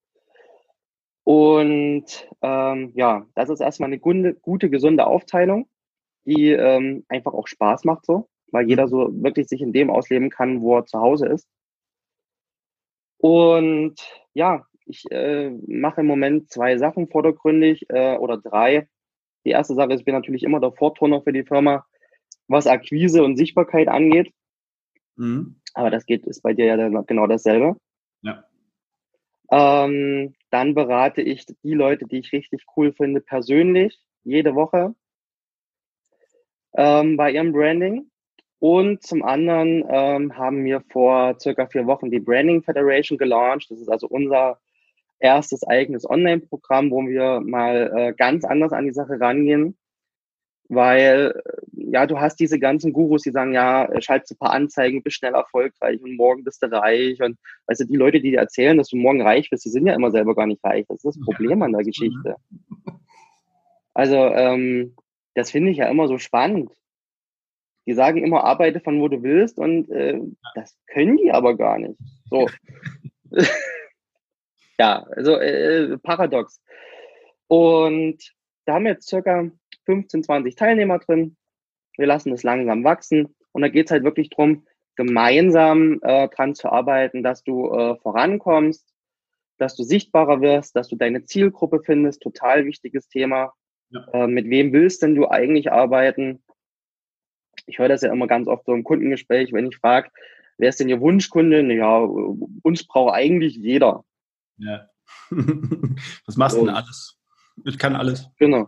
Und ähm, ja, das ist erstmal eine gute, gute gesunde Aufteilung, die ähm, einfach auch Spaß macht so, weil jeder so wirklich sich in dem ausleben kann, wo er zu Hause ist. Und ja, ich äh, mache im Moment zwei Sachen vordergründig äh, oder drei. Die erste Sache ist, ich bin natürlich immer der Vorturner für die Firma, was Akquise und Sichtbarkeit angeht. Mhm. Aber das geht, ist bei dir ja dann genau dasselbe. Ja. Ähm, dann berate ich die Leute, die ich richtig cool finde, persönlich, jede Woche. Ähm, bei ihrem Branding Und zum anderen ähm, haben wir vor circa vier Wochen die Branding Federation gelauncht. Das ist also unser erstes eigenes Online-Programm, wo wir mal äh, ganz anders an die Sache rangehen. Weil, ja, du hast diese ganzen Gurus, die sagen, ja, schaltest ein paar Anzeigen, bist schnell erfolgreich und morgen bist du reich. Und weißt du, die Leute, die dir erzählen, dass du morgen reich bist, die sind ja immer selber gar nicht reich. Das ist das Problem an der Geschichte. Also, ähm, das finde ich ja immer so spannend. Die sagen immer, arbeite von wo du willst und äh, das können die aber gar nicht. So. Ja, also äh, paradox. Und da haben wir jetzt circa fünfzehn, zwanzig Teilnehmer drin. Wir lassen das langsam wachsen. Und da geht es halt wirklich darum, gemeinsam äh, dran zu arbeiten, dass du äh, vorankommst, dass du sichtbarer wirst, dass du deine Zielgruppe findest. Total wichtiges Thema. Ja. Äh, mit wem willst denn du eigentlich arbeiten? Ich höre das ja immer ganz oft so im Kundengespräch, wenn ich frage, wer ist denn Ihr Wunschkunde? Ja, uns braucht eigentlich jeder. Ja. Was machst du denn alles? Ich kann alles. Genau.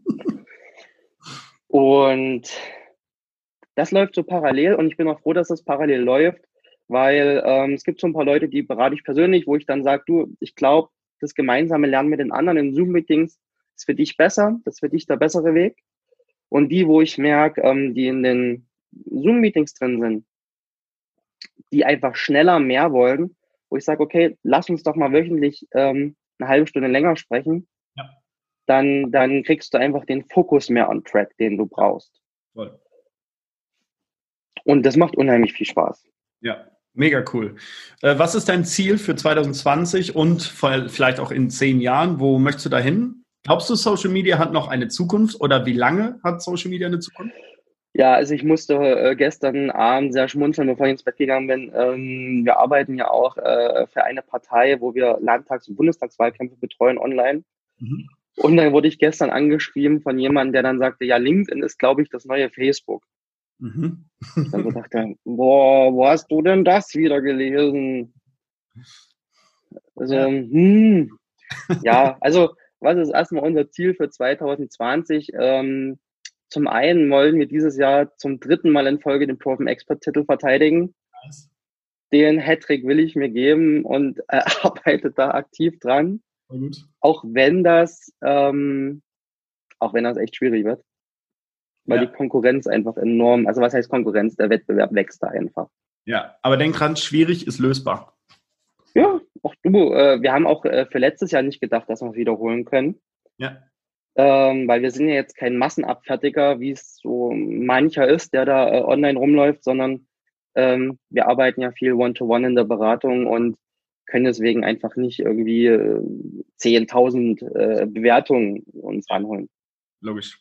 Und das läuft so parallel und ich bin auch froh, dass das parallel läuft, weil ähm, es gibt so ein paar Leute, die berate ich persönlich, wo ich dann sage, du, ich glaube, das gemeinsame Lernen mit den anderen in Zoom-Meetings ist für dich besser, das ist für dich der bessere Weg. Und die, wo ich merke, ähm, die in den Zoom-Meetings drin sind, die einfach schneller mehr wollen, wo ich sage, okay, lass uns doch mal wöchentlich ähm, eine halbe Stunde länger sprechen, ja. dann, dann kriegst du einfach den Fokus mehr on track, den du brauchst. Voll. Und das macht unheimlich viel Spaß. Ja, mega cool. Äh, was ist dein Ziel für zwanzig zwanzig und vielleicht auch in zehn Jahren? Wo möchtest du da hin? Glaubst du, Social Media hat noch eine Zukunft oder wie lange hat Social Media eine Zukunft? Ja, also ich musste äh, gestern Abend sehr schmunzeln, bevor ich ins Bett gegangen bin. Ähm, wir arbeiten ja auch äh, für eine Partei, wo wir Landtags- und Bundestagswahlkämpfe betreuen online. Mhm. Und dann wurde ich gestern angeschrieben von jemandem, der dann sagte, ja, LinkedIn ist, glaube ich, das neue Facebook. Mhm. Ich dann so dachte, boah, wo hast du denn das wieder gelesen? Also, ja. hm, ja, also was ist erstmal unser Ziel für zwanzig zwanzig? Ähm, zum einen wollen wir dieses Jahr zum dritten Mal in Folge den Proven Expert-Titel verteidigen. Nice. Den Hattrick will ich mir geben und äh, arbeite da aktiv dran. Gut. Auch wenn das, ähm, auch wenn das echt schwierig wird. Weil ja. die Konkurrenz einfach enorm, also was heißt Konkurrenz? Der Wettbewerb wächst da einfach. Ja, aber denk dran, schwierig ist lösbar. Ja, auch du, äh, wir haben auch äh, für letztes Jahr nicht gedacht, dass wir es wiederholen können. Ja. Ähm, weil wir sind ja jetzt kein Massenabfertiger, wie es so mancher ist, der da äh, online rumläuft, sondern ähm, wir arbeiten ja viel One-to-One in der Beratung und können deswegen einfach nicht irgendwie äh, zehntausend äh, Bewertungen uns ranholen. Logisch.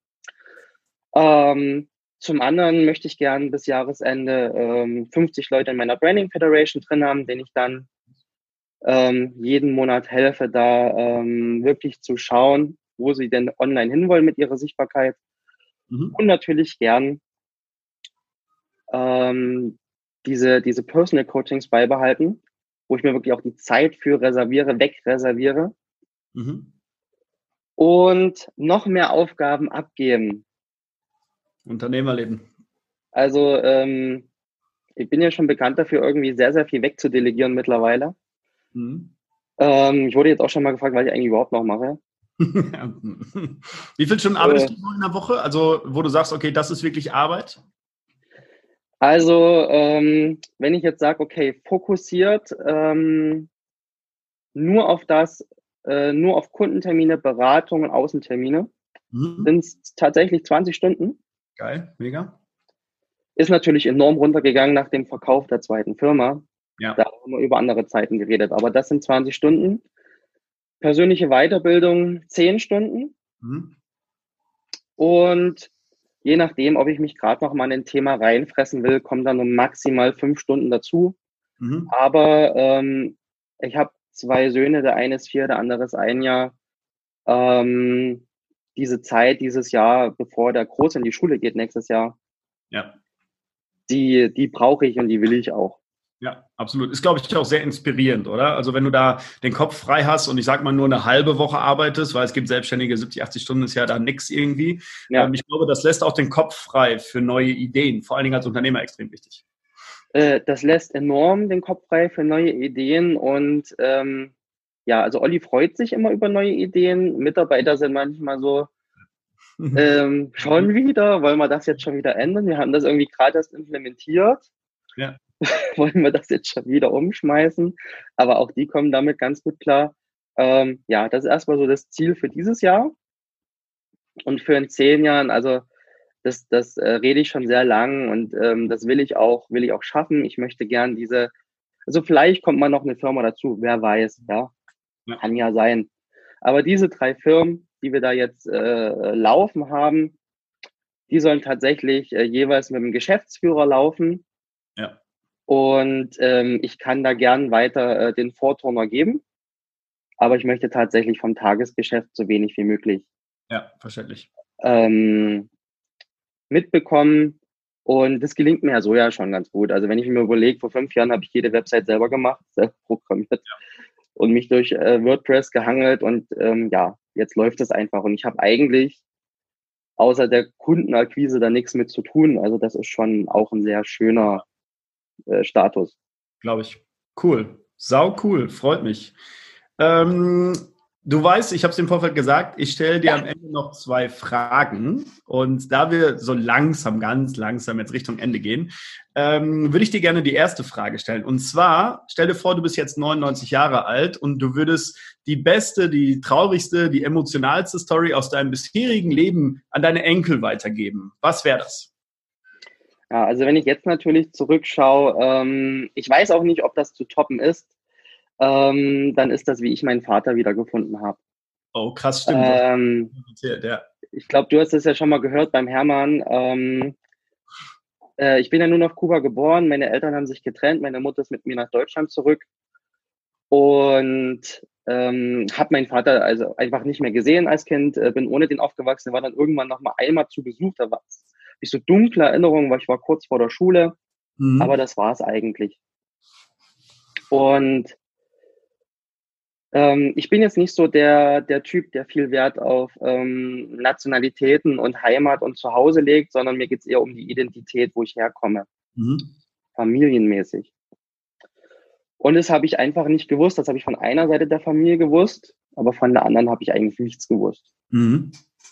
Ähm, zum anderen möchte ich gern bis Jahresende ähm, fünfzig Leute in meiner Branding Federation drin haben, denen ich dann ähm, jeden Monat helfe, da ähm, wirklich zu schauen, wo sie denn online hinwollen mit ihrer Sichtbarkeit. Mhm. Und natürlich gern ähm, diese, diese Personal Coachings beibehalten, wo ich mir wirklich auch die Zeit für reserviere, wegreserviere. Mhm. Und noch mehr Aufgaben abgeben. Unternehmerleben. Also ähm, ich bin ja schon bekannt dafür, irgendwie sehr, sehr viel wegzudelegieren mittlerweile. Mhm. Ähm, ich wurde jetzt auch schon mal gefragt, was ich eigentlich überhaupt noch mache. Wie viele Stunden arbeitest äh, du in der Woche? Also, wo du sagst, okay, das ist wirklich Arbeit? Also, ähm, wenn ich jetzt sage, okay, fokussiert ähm, nur auf das, äh, nur auf Kundentermine, Beratungen, Außentermine, mhm. sind es tatsächlich zwanzig Stunden. Geil, mega. Ist natürlich enorm runtergegangen nach dem Verkauf der zweiten Firma. Ja. Da haben wir über andere Zeiten geredet, aber das sind zwanzig Stunden. Persönliche Weiterbildung zehn Stunden. Mhm. Und je nachdem, ob ich mich gerade noch mal in ein Thema reinfressen will, kommen dann nur maximal fünf Stunden dazu. Mhm. Aber ähm, ich habe zwei Söhne, der eine ist vier, der andere ist ein Jahr. Ähm, diese Zeit, dieses Jahr, bevor der Große in die Schule geht nächstes Jahr, ja. die, die brauche ich und die will ich auch. Ja, absolut. Ist, glaube ich, auch sehr inspirierend, oder? Also wenn du da den Kopf frei hast und ich sag mal nur eine halbe Woche arbeitest, weil es gibt Selbstständige, siebzig, achtzig Stunden ist ja da nix irgendwie. Ja. Ähm, ich glaube, das lässt auch den Kopf frei für neue Ideen, vor allen Dingen als Unternehmer extrem wichtig. Äh, das lässt enorm den Kopf frei für neue Ideen und ähm, ja, also Olli freut sich immer über neue Ideen. Mitarbeiter sind manchmal so, ähm, schon wieder, wollen wir das jetzt schon wieder ändern? Wir haben das irgendwie gerade erst implementiert. Ja. Wollen wir das jetzt schon wieder umschmeißen? Aber auch die kommen damit ganz gut klar. Ähm, ja, das ist erstmal so das Ziel für dieses Jahr. Und für in zehn Jahren, also das, das äh, rede ich schon sehr lang und ähm, das will ich auch, will ich auch schaffen. Ich möchte gern diese, also vielleicht kommt mal noch eine Firma dazu, wer weiß, ja, Ja. kann ja sein. Aber diese drei Firmen, die wir da jetzt äh, laufen haben, die sollen tatsächlich äh, jeweils mit dem Geschäftsführer laufen. Ja. Und ähm, ich kann da gern weiter äh, den Vorturner geben, aber ich möchte tatsächlich vom Tagesgeschäft so wenig wie möglich Ja, verständlich. ähm, mitbekommen. Und das gelingt mir ja so ja schon ganz gut. Also wenn ich mir überlege, vor fünf Jahren habe ich jede Website selber gemacht, selber programmiert ja. und mich durch äh, WordPress gehangelt und ähm, ja, jetzt läuft es einfach. Und ich habe eigentlich außer der Kundenakquise da nichts mit zu tun. Also das ist schon auch ein sehr schöner äh, Status. Glaube ich. Cool. Sau cool. Freut mich. Ähm, du weißt, ich habe es im Vorfeld gesagt, ich stelle dir am Ende noch zwei Fragen. Und da wir so langsam, ganz langsam jetzt Richtung Ende gehen, ähm, würde ich dir gerne die erste Frage stellen. Und zwar, stell dir vor, du bist jetzt neunundneunzig Jahre alt und du würdest die beste, die traurigste, die emotionalste Story aus deinem bisherigen Leben an deine Enkel weitergeben. Was wäre das? Ja, also wenn ich jetzt natürlich zurückschaue, ähm, ich weiß auch nicht, ob das zu toppen ist, ähm, dann ist das, wie ich meinen Vater wiedergefunden habe. Oh, krass, stimmt. Ähm, ja. Ich glaube, du hast es ja schon mal gehört beim Hermann. Ähm, äh, ich bin ja nun auf Kuba geboren, meine Eltern haben sich getrennt, meine Mutter ist mit mir nach Deutschland zurück und ähm, habe meinen Vater also einfach nicht mehr gesehen als Kind, äh, bin ohne den aufgewachsen, war dann irgendwann noch mal einmal zu Besuch, da war ich so dunkle Erinnerungen, weil ich war kurz vor der Schule, mhm. aber das war es eigentlich. Und ähm, ich bin jetzt nicht so der, der Typ, der viel Wert auf ähm, Nationalitäten und Heimat und Zuhause legt, sondern mir geht es eher um die Identität, wo ich herkomme, mhm. familienmäßig. Und das habe ich einfach nicht gewusst. Das habe ich von einer Seite der Familie gewusst, aber von der anderen habe ich eigentlich nichts gewusst. Mhm.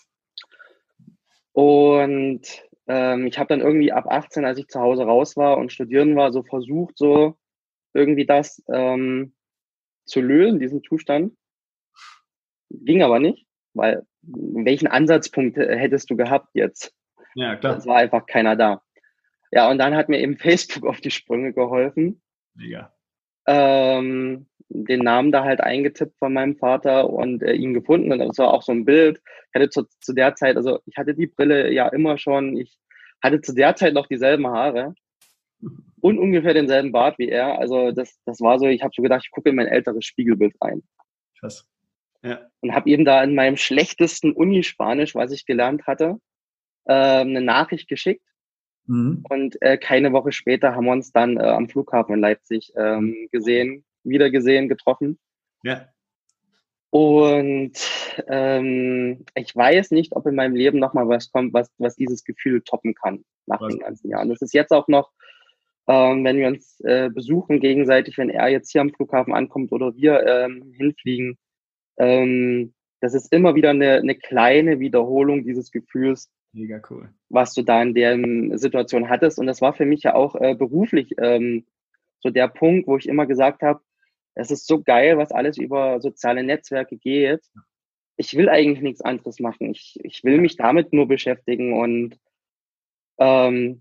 Und ähm, ich habe dann irgendwie ab achtzehn, als ich zu Hause raus war und studieren war, so versucht, so irgendwie das ähm, zu lösen, diesen Zustand. Ging aber nicht, weil welchen Ansatzpunkt hättest du gehabt jetzt? Ja, klar. Es war einfach keiner da. Ja, und dann hat mir eben Facebook auf die Sprünge geholfen. Mega. Ähm, den Namen da halt eingetippt von meinem Vater und äh, ihn gefunden. Und das war auch so ein Bild. Ich hatte zu, zu der Zeit, also ich hatte die Brille ja immer schon. Ich hatte zu der Zeit noch dieselben Haare und ungefähr denselben Bart wie er. Also das, das war so, ich habe so gedacht, ich gucke in mein älteres Spiegelbild rein. Krass. Ja. Und habe eben da in meinem schlechtesten Uni-Spanisch, was ich gelernt hatte, äh, eine Nachricht geschickt. Mhm. Und äh, keine Woche später haben wir uns dann äh, am Flughafen in Leipzig ähm, gesehen, wieder gesehen, getroffen. Ja. Und ähm, ich weiß nicht, ob in meinem Leben nochmal was kommt, was, was dieses Gefühl toppen kann nach was? den ganzen Jahren. Das ist jetzt auch noch, ähm, wenn wir uns äh, besuchen gegenseitig, wenn er jetzt hier am Flughafen ankommt oder wir ähm, hinfliegen, ähm, das ist immer wieder eine, eine kleine Wiederholung dieses Gefühls. Mega cool. Was du da in der Situation hattest. Und das war für mich ja auch äh, beruflich ähm, so der Punkt, wo ich immer gesagt habe, es ist so geil, was alles über soziale Netzwerke geht. Ich will eigentlich nichts anderes machen. Ich, ich will mich damit nur beschäftigen und ähm,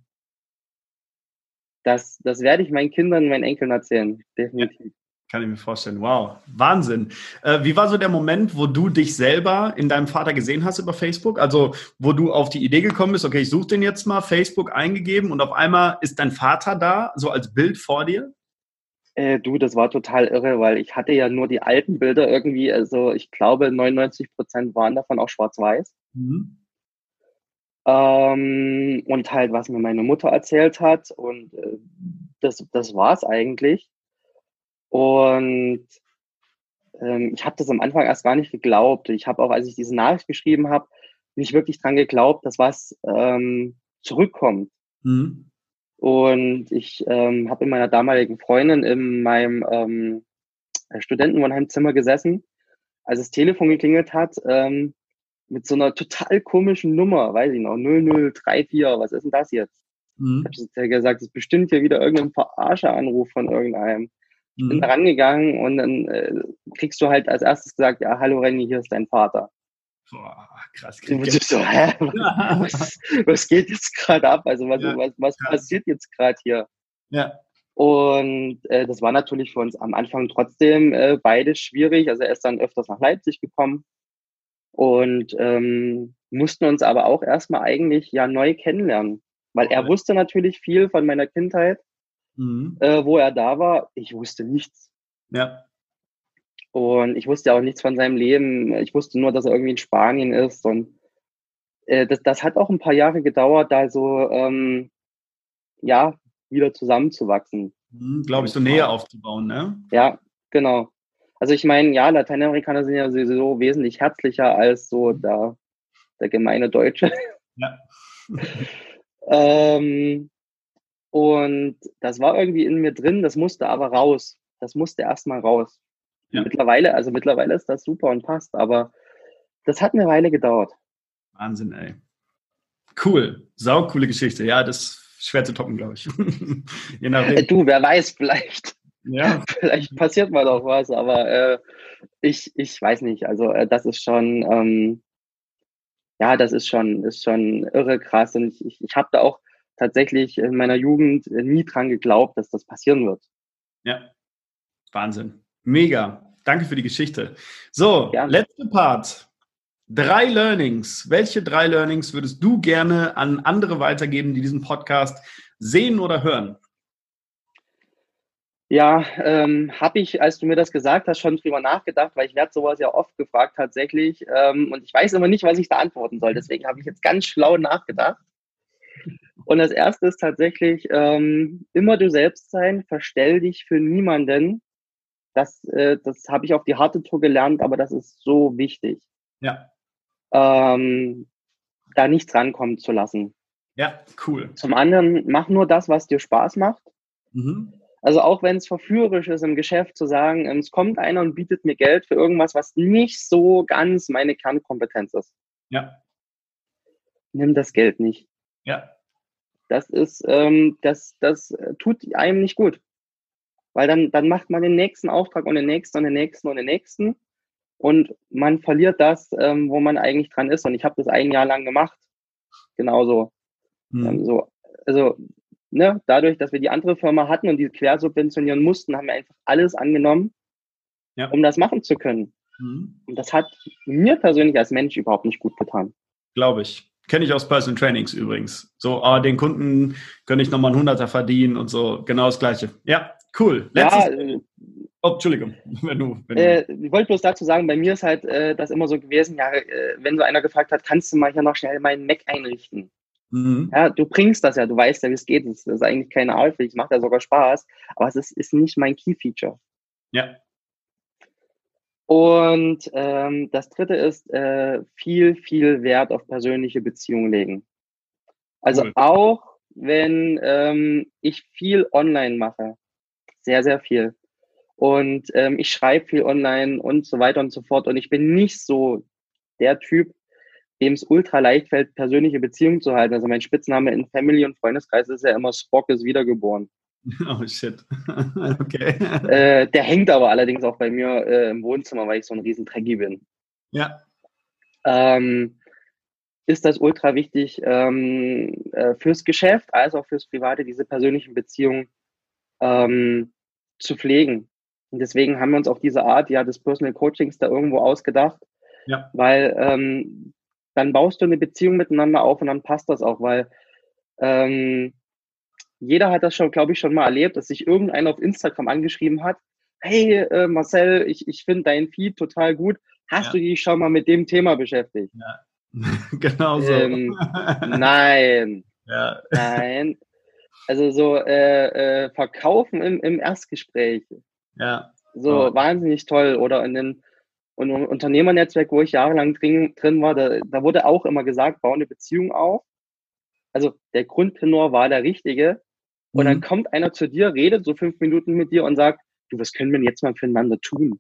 das, das werde ich meinen Kindern, meinen Enkeln erzählen. Definitiv. Ja. Kann ich mir vorstellen. Wow, Wahnsinn. Äh, wie war so der Moment, wo du dich selber in deinem Vater gesehen hast über Facebook? Also, wo du auf die Idee gekommen bist, okay, ich suche den jetzt mal, Facebook eingegeben und auf einmal ist dein Vater da, so als Bild vor dir? Äh, du, das war total irre, weil ich hatte ja nur die alten Bilder irgendwie, also ich glaube neunundneunzig Prozent waren davon auch schwarz-weiß. Mhm. Ähm, und halt, was mir meine Mutter erzählt hat. Und äh, das, das war es eigentlich. Und ähm, ich habe das am Anfang erst gar nicht geglaubt. Ich habe auch, als ich diese Nachricht geschrieben habe, nicht wirklich dran geglaubt, dass was ähm, zurückkommt. Mhm. Und ich ähm, habe mit meiner damaligen Freundin in meinem ähm, Studentenwohnheimzimmer gesessen, als das Telefon geklingelt hat, ähm, mit so einer total komischen Nummer, weiß ich noch, null null drei vier, was ist denn das jetzt? Ich Mhm. habe gesagt, das ist bestimmt hier wieder irgendein Verarscher-Anruf von irgendeinem. Ich bin da Mhm. rangegangen und dann äh, kriegst du halt als erstes gesagt, ja, hallo Renny, hier ist dein Vater. Boah, krass. Du Krieg bist so, hä? Was, was geht jetzt gerade ab? Also was, ja, was, was krass. passiert jetzt gerade hier? Ja. Und äh, das war natürlich für uns am Anfang trotzdem äh, beides schwierig. Also er ist dann öfters nach Leipzig gekommen und ähm, mussten uns aber auch erstmal eigentlich ja neu kennenlernen. Weil er wusste natürlich viel von meiner Kindheit, Mhm. äh, wo er da war. Ich wusste nichts. Ja. Und ich wusste auch nichts von seinem Leben. Ich wusste nur, dass er irgendwie in Spanien ist. Und äh, das, das hat auch ein paar Jahre gedauert, da so ähm, ja wieder zusammenzuwachsen. Mhm, glaube ich, so Nähe aufzubauen, ne? Ja, genau. Also ich meine, ja, Lateinamerikaner sind ja sowieso wesentlich herzlicher als so der, der gemeine Deutsche. Ja. ähm, und das war irgendwie in mir drin, das musste aber raus. Das musste erstmal raus. Ja. Mittlerweile, also mittlerweile ist das super und passt, aber das hat eine Weile gedauert. Wahnsinn, ey. Cool. Sau coole Geschichte. Ja, das ist schwer zu toppen, glaube ich. Je nachdem. Du, wer weiß, vielleicht, Ja. vielleicht passiert mal doch was, aber äh, ich, ich weiß nicht. Also äh, das ist schon, ähm, ja, das ist schon, ist schon irre krass. Und ich, ich, ich habe da auch tatsächlich in meiner Jugend nie dran geglaubt, dass das passieren wird. Ja. Wahnsinn. Mega. Danke für die Geschichte. So, Gerne. letzter Part. Drei Learnings. Welche drei Learnings würdest du gerne an andere weitergeben, die diesen Podcast sehen oder hören? Ja, ähm, habe ich, als du mir das gesagt hast, schon drüber nachgedacht, weil ich werde sowas ja oft gefragt tatsächlich. Ähm, und ich weiß immer nicht, was ich da antworten soll. Deswegen habe ich jetzt ganz schlau nachgedacht. Und das erste ist tatsächlich, ähm, immer du selbst sein, verstell dich für niemanden. Das, äh, das habe ich auf die harte Tour gelernt, aber das ist so wichtig. Ja. Ähm, da nichts rankommen zu lassen. Ja, cool. Zum anderen, mach nur das, was dir Spaß macht. Mhm. Also auch wenn es verführerisch ist im Geschäft zu sagen, es kommt einer und bietet mir Geld für irgendwas, was nicht so ganz meine Kernkompetenz ist. Ja. Nimm das Geld nicht. Ja. Das ist, ähm, das, das tut einem nicht gut. Weil dann, dann macht man den nächsten Auftrag und den nächsten und den nächsten und den nächsten. Und man verliert das, ähm, wo man eigentlich dran ist. Und ich habe das ein Jahr lang gemacht. Genauso. Mhm. Ähm, so, also, ne, dadurch, dass wir die andere Firma hatten und die quersubventionieren mussten, haben wir einfach alles angenommen, Ja. um das machen zu können. Mhm. Und das hat mir persönlich als Mensch überhaupt nicht gut getan. Glaube ich. Kenne ich aus Personal Trainings übrigens. So, ah, den Kunden könnte ich nochmal einen Hunderter verdienen und so. Genau das Gleiche. Ja, cool. Letztes. Ja, äh, oh, Entschuldigung. Wenn du, wenn äh, du. ich wollte bloß dazu sagen, bei mir ist halt äh, das immer so gewesen, ja, äh, wenn so einer gefragt hat, kannst du mal hier noch schnell meinen Mac einrichten? Mhm. Ja, du bringst das ja, du weißt ja, wie es geht. Das ist eigentlich keine Arbeit, es macht ja sogar Spaß, aber es ist, ist nicht mein Key-Feature. Ja. Und ähm, das dritte ist, äh, viel, viel Wert auf persönliche Beziehungen legen. Also Cool. auch wenn ähm, ich viel online mache, sehr, sehr viel. Und ähm, ich schreibe viel online und so weiter und so fort. Und ich bin nicht so der Typ, dem es ultra leicht fällt, persönliche Beziehungen zu halten. Also mein Spitzname in Family- und Freundeskreis ist ja immer Spock ist wiedergeboren. Oh, shit. Okay. Äh, der hängt aber allerdings auch bei mir äh, im Wohnzimmer, weil ich so ein riesen Trekkie bin. Ja. Ähm, ist das ultra wichtig ähm, äh, fürs Geschäft als auch fürs Private, diese persönlichen Beziehungen ähm, zu pflegen. Und deswegen haben wir uns auch diese Art ja des Personal Coachings da irgendwo ausgedacht, Ja. weil ähm, dann baust du eine Beziehung miteinander auf und dann passt das auch, weil ähm, jeder hat das schon, glaube ich, schon mal erlebt, dass sich irgendeiner auf Instagram angeschrieben hat, hey äh, Marcel, ich, ich finde dein Feed total gut, hast Ja. du dich schon mal mit dem Thema beschäftigt? Ja. Genau so. Ähm, nein, Ja. nein. Also so äh, äh, verkaufen im, im Erstgespräch. Ja. So Oh. wahnsinnig toll. Oder in den und im Unternehmernetzwerk, wo ich jahrelang drin, drin war, da, da wurde auch immer gesagt, bau eine Beziehung auf. Also der Grundtenor war der richtige. Und dann Mhm. kommt einer zu dir, redet so fünf Minuten mit dir und sagt, du, was können wir denn jetzt mal füreinander tun?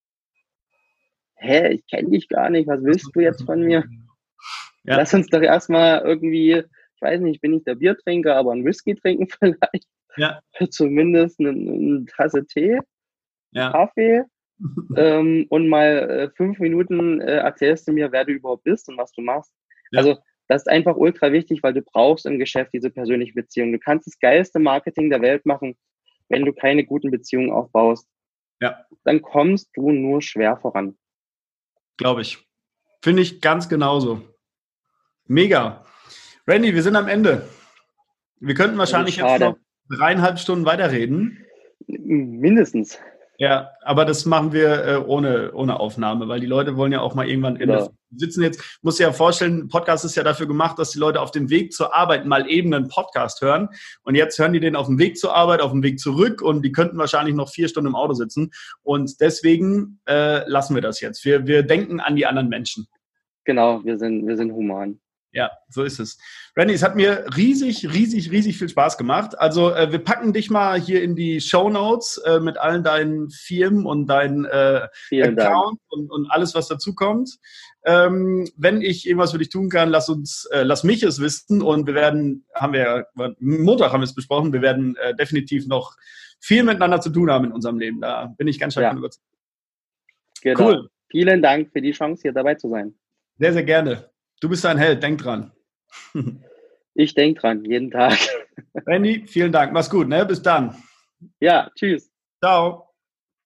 Hä, ich kenne dich gar nicht, was willst du jetzt von mir? Ja. Lass uns doch erstmal irgendwie, ich weiß nicht, ich bin nicht der Biertrinker, aber einen Whisky trinken vielleicht. Ja. Zumindest eine, eine Tasse Tee, Ja. Kaffee. ähm, und mal äh, fünf Minuten äh, erzählst du mir, wer du überhaupt bist und was du machst. Ja. Also das ist einfach ultra wichtig, weil du brauchst im Geschäft diese persönliche Beziehung. Du kannst das geilste Marketing der Welt machen, wenn du keine guten Beziehungen aufbaust. Ja. Dann kommst du nur schwer voran. Glaube ich. Finde ich ganz genauso. Mega. Randy, wir sind am Ende. Wir könnten wahrscheinlich jetzt noch dreieinhalb Stunden weiterreden. Mindestens. Ja, aber das machen wir äh, ohne, ohne Aufnahme, weil die Leute wollen ja auch mal irgendwann Ende. Genau. Sitzen jetzt, muss ja vorstellen, Podcast ist ja dafür gemacht, dass die Leute auf dem Weg zur Arbeit mal eben einen Podcast hören. Und jetzt hören die den auf dem Weg zur Arbeit, auf dem Weg zurück und die könnten wahrscheinlich noch vier Stunden im Auto sitzen. Und deswegen äh, lassen wir das jetzt. Wir, wir denken an die anderen Menschen. Genau, wir sind, wir sind human. Ja, so ist es. Randy, es hat mir riesig, riesig, riesig viel Spaß gemacht. Also äh, wir packen dich mal hier in die Shownotes äh, mit allen deinen Firmen und deinen äh, Accounts und, und alles, was dazu kommt. Ähm, wenn ich irgendwas für dich tun kann, lass uns, äh, lass mich es wissen. Und wir werden, haben wir ja, Montag haben wir es besprochen, wir werden äh, definitiv noch viel miteinander zu tun haben in unserem Leben. Da bin ich ganz stark von überzeugt. Genau. Cool. Vielen Dank für die Chance, hier dabei zu sein. Sehr, sehr gerne. Du bist ein Held, denk dran. Ich denk dran, jeden Tag. Randy, vielen Dank. Mach's gut, ne? Bis dann. Ja, tschüss. Ciao.